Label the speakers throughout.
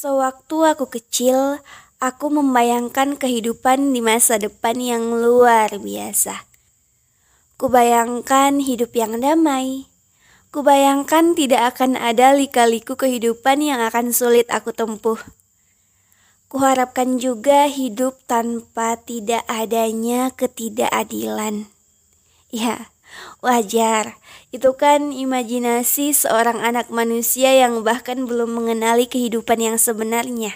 Speaker 1: Sewaktu aku kecil, aku membayangkan kehidupan di masa depan yang luar biasa. Kubayangkan hidup yang damai. Kubayangkan tidak akan ada lika-liku kehidupan yang akan sulit aku tempuh. Kuharapkan juga hidup tanpa tidak adanya ketidakadilan. Ya, wajar. Itu kan imajinasi seorang anak manusia yang bahkan belum mengenali kehidupan yang sebenarnya.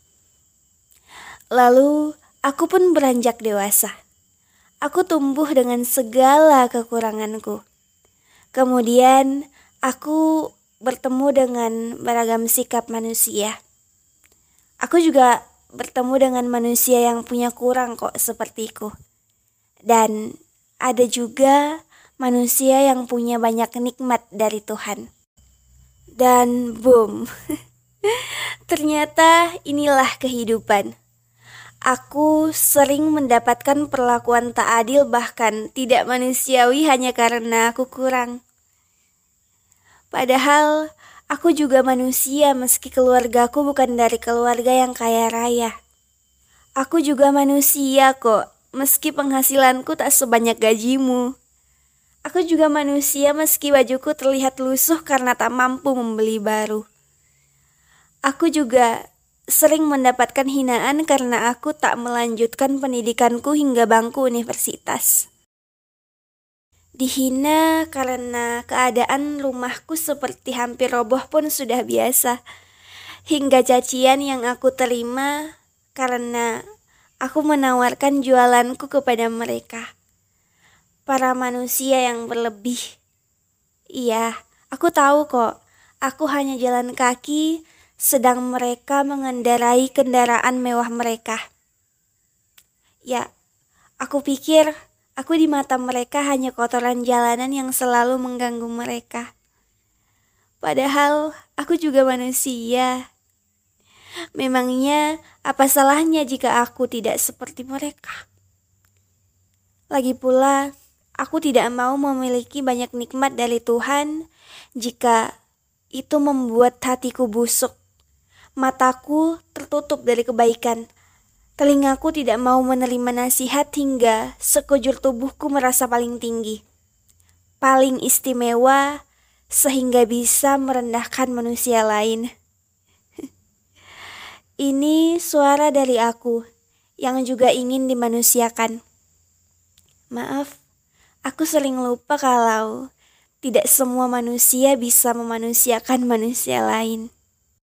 Speaker 1: Lalu, aku pun beranjak dewasa. Aku tumbuh dengan segala kekuranganku. Kemudian, aku bertemu dengan beragam sikap manusia. Aku juga bertemu dengan manusia yang punya kurang kok sepertiku. Dan ada juga manusia yang punya banyak nikmat dari Tuhan. Dan boom, ternyata inilah kehidupan. Aku sering mendapatkan perlakuan tak adil bahkan tidak manusiawi hanya karena aku kurang. Padahal aku juga manusia meski keluargaku bukan dari keluarga yang kaya raya. Aku juga manusia kok, meski penghasilanku tak sebanyak gajimu. Aku juga manusia meski bajuku terlihat lusuh karena tak mampu membeli baru. Aku juga sering mendapatkan hinaan karena aku tak melanjutkan pendidikanku hingga bangku universitas. Dihina karena keadaan rumahku seperti hampir roboh pun sudah biasa. Hingga cacian yang aku terima karena aku menawarkan jualanku kepada mereka. Para manusia yang berlebih. Iya, aku tahu kok. Aku hanya jalan kaki, sedang mereka mengendarai kendaraan mewah mereka. Ya, aku pikir aku di mata mereka hanya kotoran jalanan yang selalu mengganggu mereka. Padahal aku juga manusia. Memangnya apa salahnya jika aku tidak seperti mereka? Lagi pula, aku tidak mau memiliki banyak nikmat dari Tuhan jika itu membuat hatiku busuk. Mataku tertutup dari kebaikan. Telingaku tidak mau menerima nasihat hingga sekujur tubuhku merasa paling tinggi. Paling istimewa sehingga bisa merendahkan manusia lain. Ini suara dari aku yang juga ingin dimanusiakan. Maaf, aku sering lupa kalau tidak semua manusia bisa memanusiakan manusia lain.